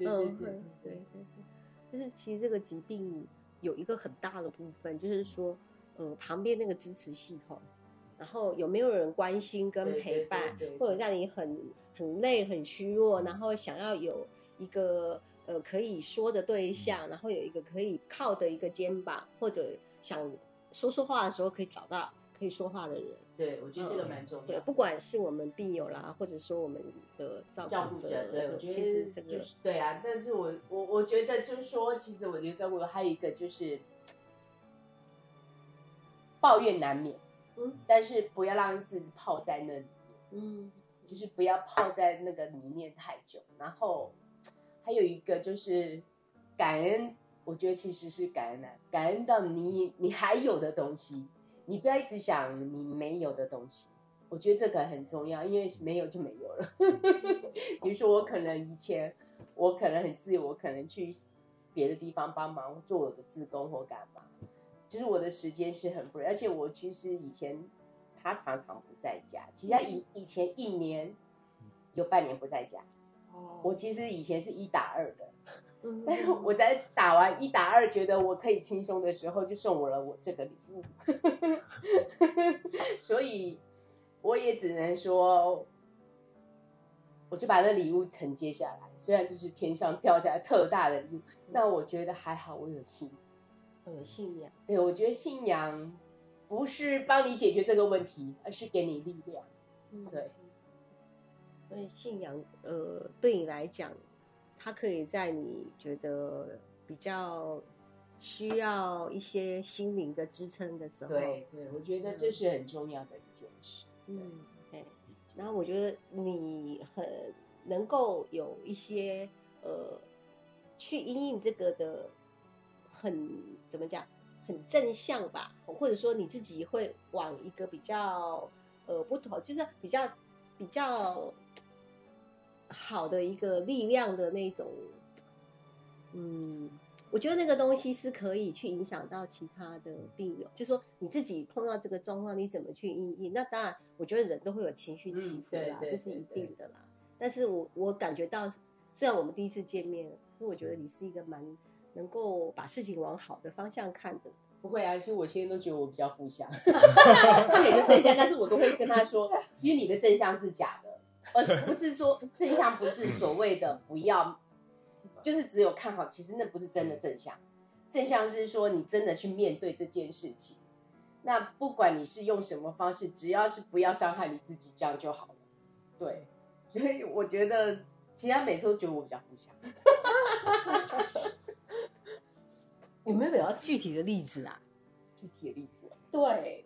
就是其实这个疾病有一个很大的部分，就是说，旁边那个支持系统，然后有没有人关心跟陪伴，或者让你很累、很虚弱，然后想要有一个可以说的对象，然后有一个可以靠的一个肩膀，或者想说话的时候可以找到可以说话的人。 对，我觉得这个蛮重要的。 对，不管是我们病友啦，或者说我们的照顾者， 对，我觉得其实这个就是对啊。但是我觉得就是说，其实我觉得照顾还有一个就是抱怨难免，但是不要让自己泡在那里面，就是不要泡在那个里面太久。然后还有一个就是感恩，我觉得其实是感恩感恩到你还有的东西。你不要一直想你没有的东西，我觉得这个很重要，因为没有就没有了。比如说我可能以前我可能很自由，我可能去别的地方帮忙做我的志工或干嘛，就是我的时间是很不，而且我其实以前他常常不在家，其实他以前一年有半年不在家。我其实以前是1打2的。但是我在打完1打2觉得我可以轻松的时候，就送了我这个礼物。所以我也只能说，我就把那礼物承接下来，虽然就是天上掉下来特大的礼物，那我觉得还好，我有信仰。 对，我觉得信仰不是帮你解决这个问题，而是给你力量。对， 所以信仰对你来讲，它可以在你觉得比较需要一些心灵的支撑的时候， 对，我觉得这是很重要的一件事。 对。然后我觉得你很能够有一些去因应这个的怎么讲，很正向吧，或者说你自己会往一个比较不同，就是比较好的一个力量的那种，我觉得那个东西是可以去影响到其他的病友，就说你自己碰到这个状况，你怎么去因应？那当然，我觉得人都会有情绪起伏啦，这是一定的啦。但是我感觉到，虽然我们第一次见面，可是我觉得你是一个蛮能够把事情往好的方向看的。 不会啊，其实我现在都觉得我比较负向，他每次正向，但是我都会跟他说，其实你的正向是假的，不是说正向不是所谓的不要，就是只有看好，其实那不是真的正向，正向是说你真的去面对这件事情，那不管你是用什么方式，只要是不要伤害你自己，这样就好了。对，所以我觉得，其实他每次都觉得我比较负向。 有没有比较具体的例子啊？ 具体的例子？ 对，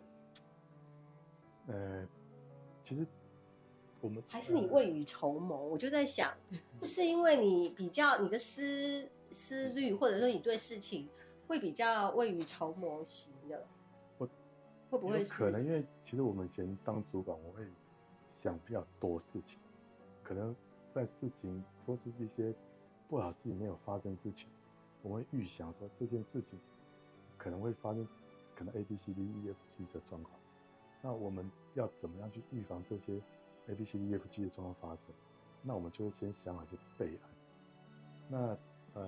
其实我们还是你未雨绸缪。我就在想，是因为你比较你的思虑，或者说你对事情会比较未雨绸缪型的，会不会是可能？因为其实我们以前当主管，我会想比较多事情，可能在事情做出一些不好的事情没有发生之前，我们会预想说这件事情可能会发生，可能 ABCDEFG 的状况，那我们要怎么样去预防这些 ABCDEFG 的状况发生？那我们就会先想好一些备案。那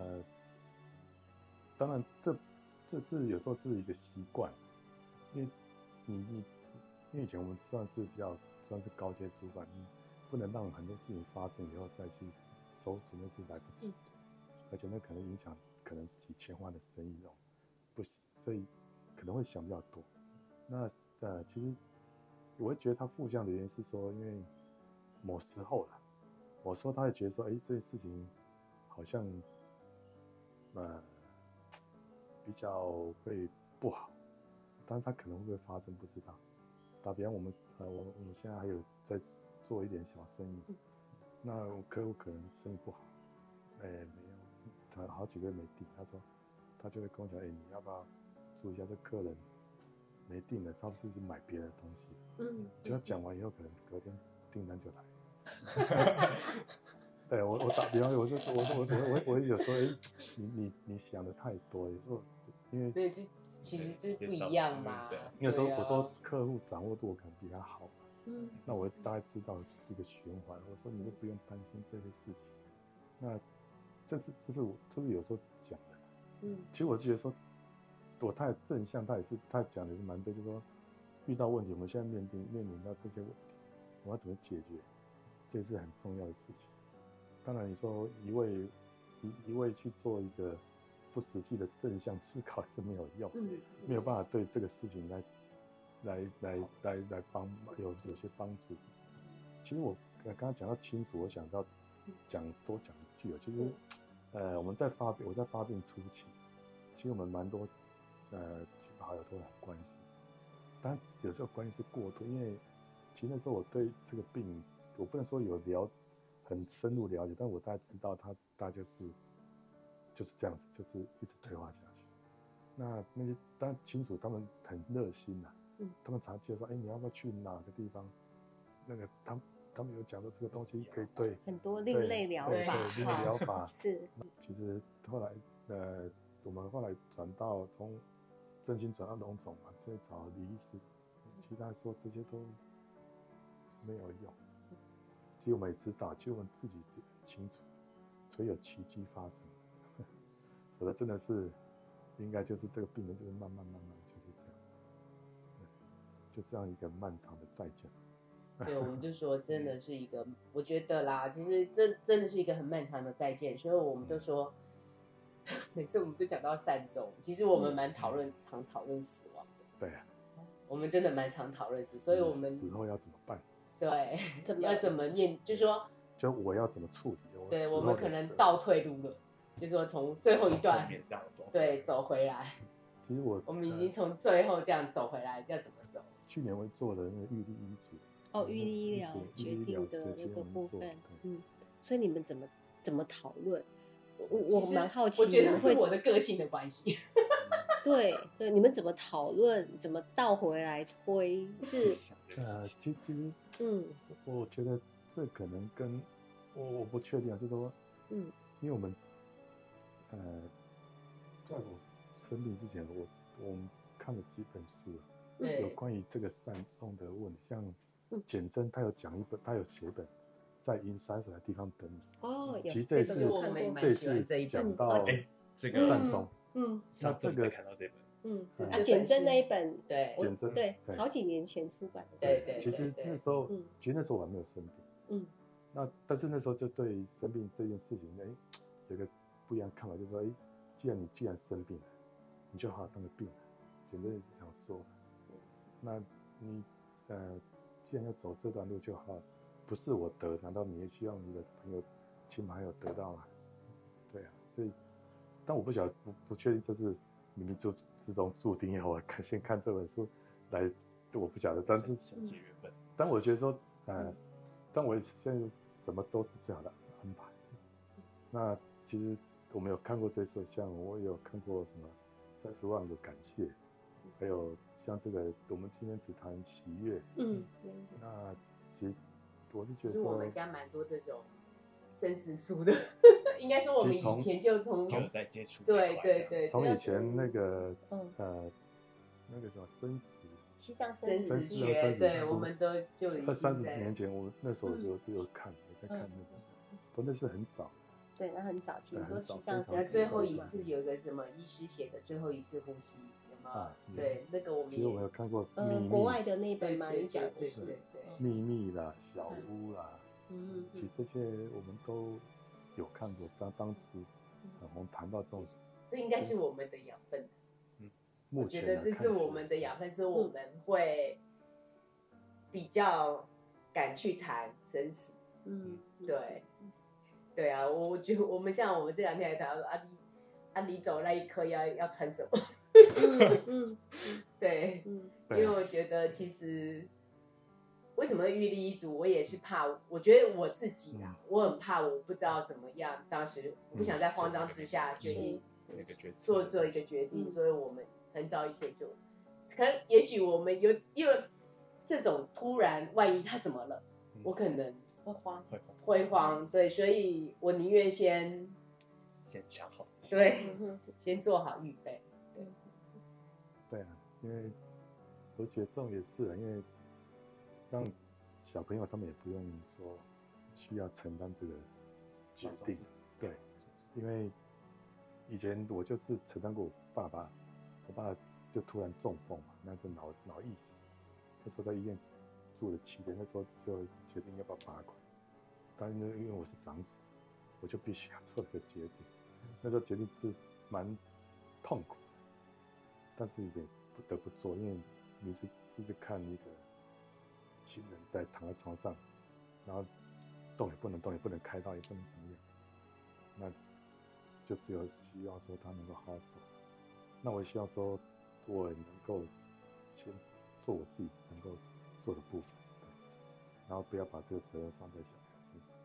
当然这是有时候是一个习惯，因为因为以前我们算是高阶主管，你不能让很多事情发生以后再去收拾，那是来不及的，而且那可能影响可能几千万的生意那种，不行，所以可能会想比较多。那其实我会觉得他负向的原因是说，因为某时候啦，我说他会觉得说，这件事情好像比较会不好，但是他可能会不会发生不知道。打比方我们现在还有在做一点小生意，那客户可能生意不好，没有，他好几个月没订，他就会跟我讲，你要不要注意一下这客人没订了，他是不是买别的东西？就他讲完以后，可能隔天订单就来。 对我打比方说，我有时候你想的太多，有时候因为对，其实这不一样嘛。 有时候我说客户掌握度可能比他好，那我大概知道一个循环。我说你就不用担心这些事情。那这是有时候讲的。其实我觉得说，我太正向，他讲的是蛮对，就是说遇到问题，我们现在面临到这些问题，我要怎么解决，这是很重要的事情。当然，你说一味去做一个不实际的正向思考是没有用，没有办法对这个事情来帮有些帮助。其实我刚刚讲到亲属，我想到多讲一句。其实我在发病初期，其实我们蛮多亲朋好友都很关心，当然有时候关心是过度，因为其实那时候我对这个病，我不能说有很深入了解，但我大概知道他就是这样子，就是一直退化下去。那些当然亲属他们很热心呐，他们常介绍，你要不要去哪个地方？那个他们有讲到这个东西可以对很多另类疗法， 另类疗法是。 其实后来我们后来从振兴转到荣总嘛，所以找李医师，其实他说这些都没有用。其实我们也知道，其实我们自己很清楚，所以有奇迹发生。否则真的是应该就是这个病人就是慢慢就是这样子，就这样一个漫长的再见。 对，我们就说真的是一个，我觉得啦，其实真的是一个很漫长的再见，所以我们都说，每次我们都讲到善终，其实我们常讨论死亡的。 对啊， 我们真的蛮常讨论死，所以我们死后要怎么办？ 对，要怎么就是说， 就我要怎么处理？ 对，我们可能倒退路了，就是说从最后一段对走回来。 其实我们已经从最后这样走回来，要怎么走？ 去年我做的那个预立医嘱。 预立医疗决定的那个部分，所以你们怎么讨论？我蛮好奇， 我觉得是我的个性的关系。 对，你们怎么讨论？怎么倒回来推？是其实我觉得这可能跟我不确定啊，就是说，因为我们在我生病之前，我们看了几本书，有关于这个善终的问题，像。简真他有讲一本，他有写一本在阴30的地方等你。其实这次讲到这个善终， 那这个看到这本， 简真那一本， 对， 简真对，好几年前出版的， 对。 其实那时候我还没有生病，但是那时候就对生病这件事情，有个不一样看法，就是说，既然生病了，你就好好当个病人。简真也是这样说的。那你既然要走这段路就好，不是我得，难道你也希望你的亲朋友得到吗？对啊，所以，但我不晓得，不确定这是冥冥之中注定要我先看这本书来，我不晓得，但是但我觉得说，但我现在什么都是最好的安排。那其实我们有看过这些，像我有看过什么30万个感谢，还有。像这个，我们今天只谈喜悦，那其实我就觉得说， 我们家蛮多这种生死书的，应该说我们以前就从在接触， 对， 从以前那个那个什么西藏生死学，对，我们都就 30年前，我那时候我有看，我在看那个，不过那是很早， 对，那很早期，你说西藏那最后一次有一个什么医师写的最后一次呼吸。对，那个其实我们有看过国外的那本嘛，你讲的是秘密啦、小屋啦，其实这些我们都有看过。当时我们谈到这种， 这应该是我们的养分。 我觉得这是我们的养分，所以我们会比较敢去谈生死。对啊，我觉得我们像我们这2天还谈说你走那一刻要穿什么？对，因为我觉得其实为什么预立医嘱，我也是怕，我觉得我自己啦，我很怕，我不知道怎么样，当时我不想在慌张之下决定做一个决定，所以我们很早以前就，可能也许我们因为这种突然，万一他怎么了，我可能辉煌，对，所以我宁愿先想好， 对，先做好预备， 对啊，因为我觉得这种也是啊，因为让小朋友他们也不用说需要承担这个决定，对，因为以前我就是承担过我爸爸就突然中风嘛，那是脑溢血，那时候在医院住了7天，那时候就决定要不要拔管，但是因为我是长子，我就必须要做这个决定，那时候决定是蛮痛苦，但是也不得不做，因为你是一直看一个亲人在躺在床上，然后动也不能动，也不能开刀，也不能怎么样，那就只有希望说他能够好好走。那我希望说，我能够先做我自己能够做的部分，然后不要把这个责任放在小孩身上。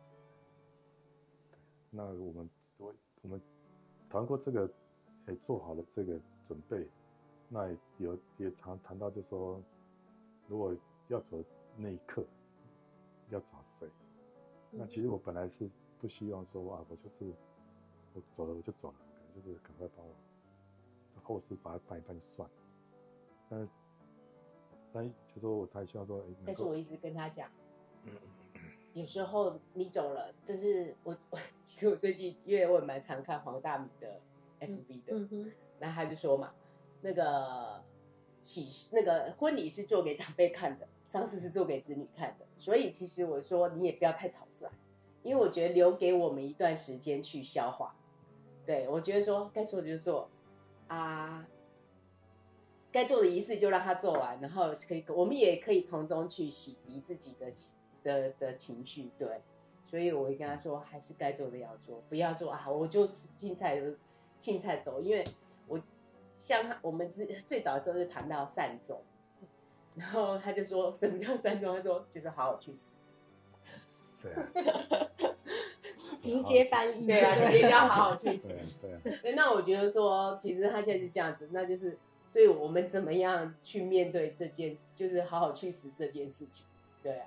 那我们谈过这个，做好了这个准备，那也常谈到，就说如果要走那一刻，要找谁？那其实我本来是不希望说啊，我走了我就走了，可能就是赶快把我后事把它办一办就算了。但就说我太希望说， 但是我一直跟他讲，有时候你走了，就是其实我最近因为我也蛮常看黄大米的 FB 的，那他就说嘛，那个婚礼是做给长辈看的，丧事是做给子女看的，所以其实我说你也不要太草率，因为我觉得留给我们一段时间去消化。对，我觉得说该做的就做啊，该做的仪式就让他做完，然后我们也可以从中去洗涤自己的情绪。对，所以我会跟他说，还是该做的要做，不要说啊，我就青菜走，因为像我们最早的时候就谈到善终，然后他就说什么叫善终？他说就是好好去死。 对啊， 直接翻译， 对啊，直接要好好去死。 对啊。 对，那我觉得说，其实他现在是这样子，那就是，所以我们怎么样去面对就是好好去死这件事情？对啊。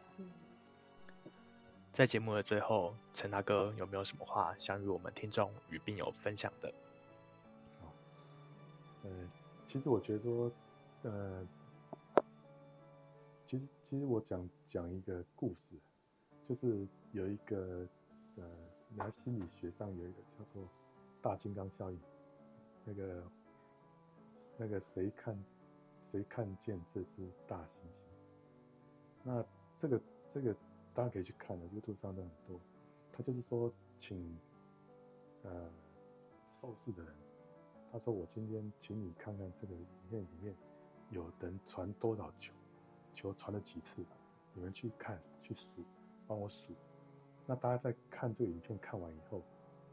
在节目的最后，陈大哥有没有什么话想与我们听众与病友分享的？ 其实我觉得说，其实我讲一个故事，就是有一个你看心理学上有一个叫做大金刚效应，那个谁看见这只大猩猩？那这个大家可以去看的 ，YouTube 上都很多。他就是说，请受试的人，他说我今天请你看看这个影片里面有人传多少球传了几次，你们去看去数，帮我数。那大家在看这个影片看完以后，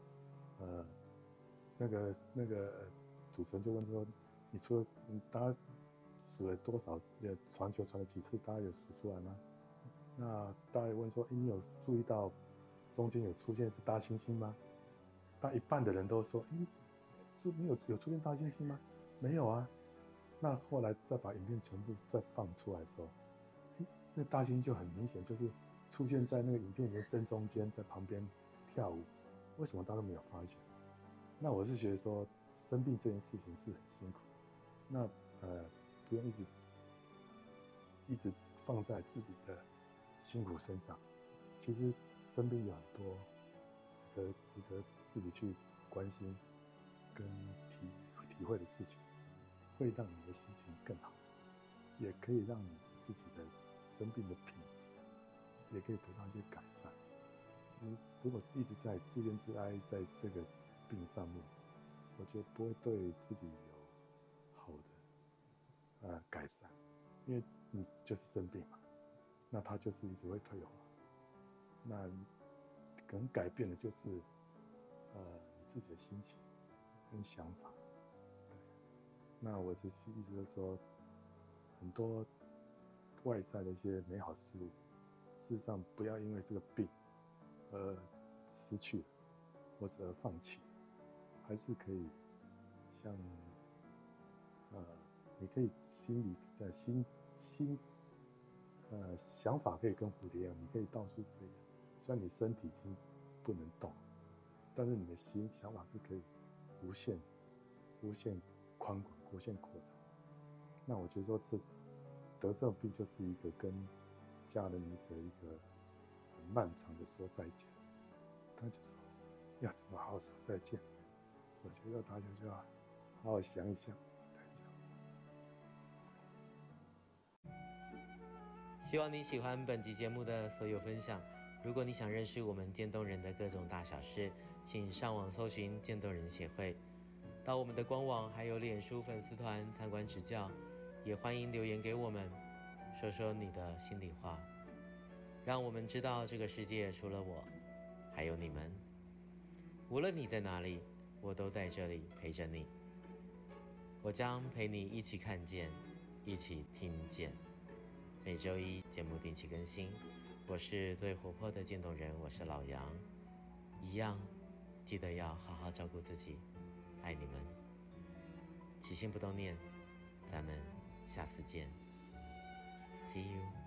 那个主持人就问说，你除了大家数了多少传球传了几次，大家有数出来吗？那大家也问说，你有注意到中间有出现是大猩猩吗？大一半的人都说，有出现大猩猩吗？没有啊。那后来再把影片全部再放出来的时候，那大猩猩就很明显就是出现在那个影片里面正中间，在旁边跳舞。为什么大家都没有发现？那我是觉得说，生病这件事情是很辛苦，那不用一直放在自己的辛苦身上。其实生病有很多值得自己去关心跟体会的事情，会让你的心情更好，也可以让你自己的生病的品质也可以得到一些改善。你如果一直在自怨自哀在这个病上面，我觉得不会对自己有好的改善，因为你就是生病嘛，那它就是一直会退化。那可能改变的就是你自己的心情跟想法。对，那我只是意思就是说，很多外在的一些美好事物，事实上不要因为这个病而失去，或者而放弃，还是可以像你可以心里的想法可以跟蝴蝶一样，你可以到处飞，虽然你身体已经不能动，但是你的想法是可以无限宽广、无限扩张。那我觉得说得这种病就是一个跟家人一个很漫长的说再见，他就说要怎么好好说再见。我觉得大家就要好好想一想。 希望你喜欢本集节目的所有分享。如果你想认识我们渐冻人的各种大小事，请上网搜寻渐冻人协会，到我们的官网还有脸书粉丝团参观指教，也欢迎留言给我们，说说你的心里话，让我们知道这个世界除了我，还有你们。无论你在哪里，我都在这里陪着你。我将陪你一起看见，一起听见。每周一节目定期更新，我是最活泼的渐冻人，我是老杨。一样，记得要好好照顾自己，爱你们。起心不动念，咱们下次见 ，See you。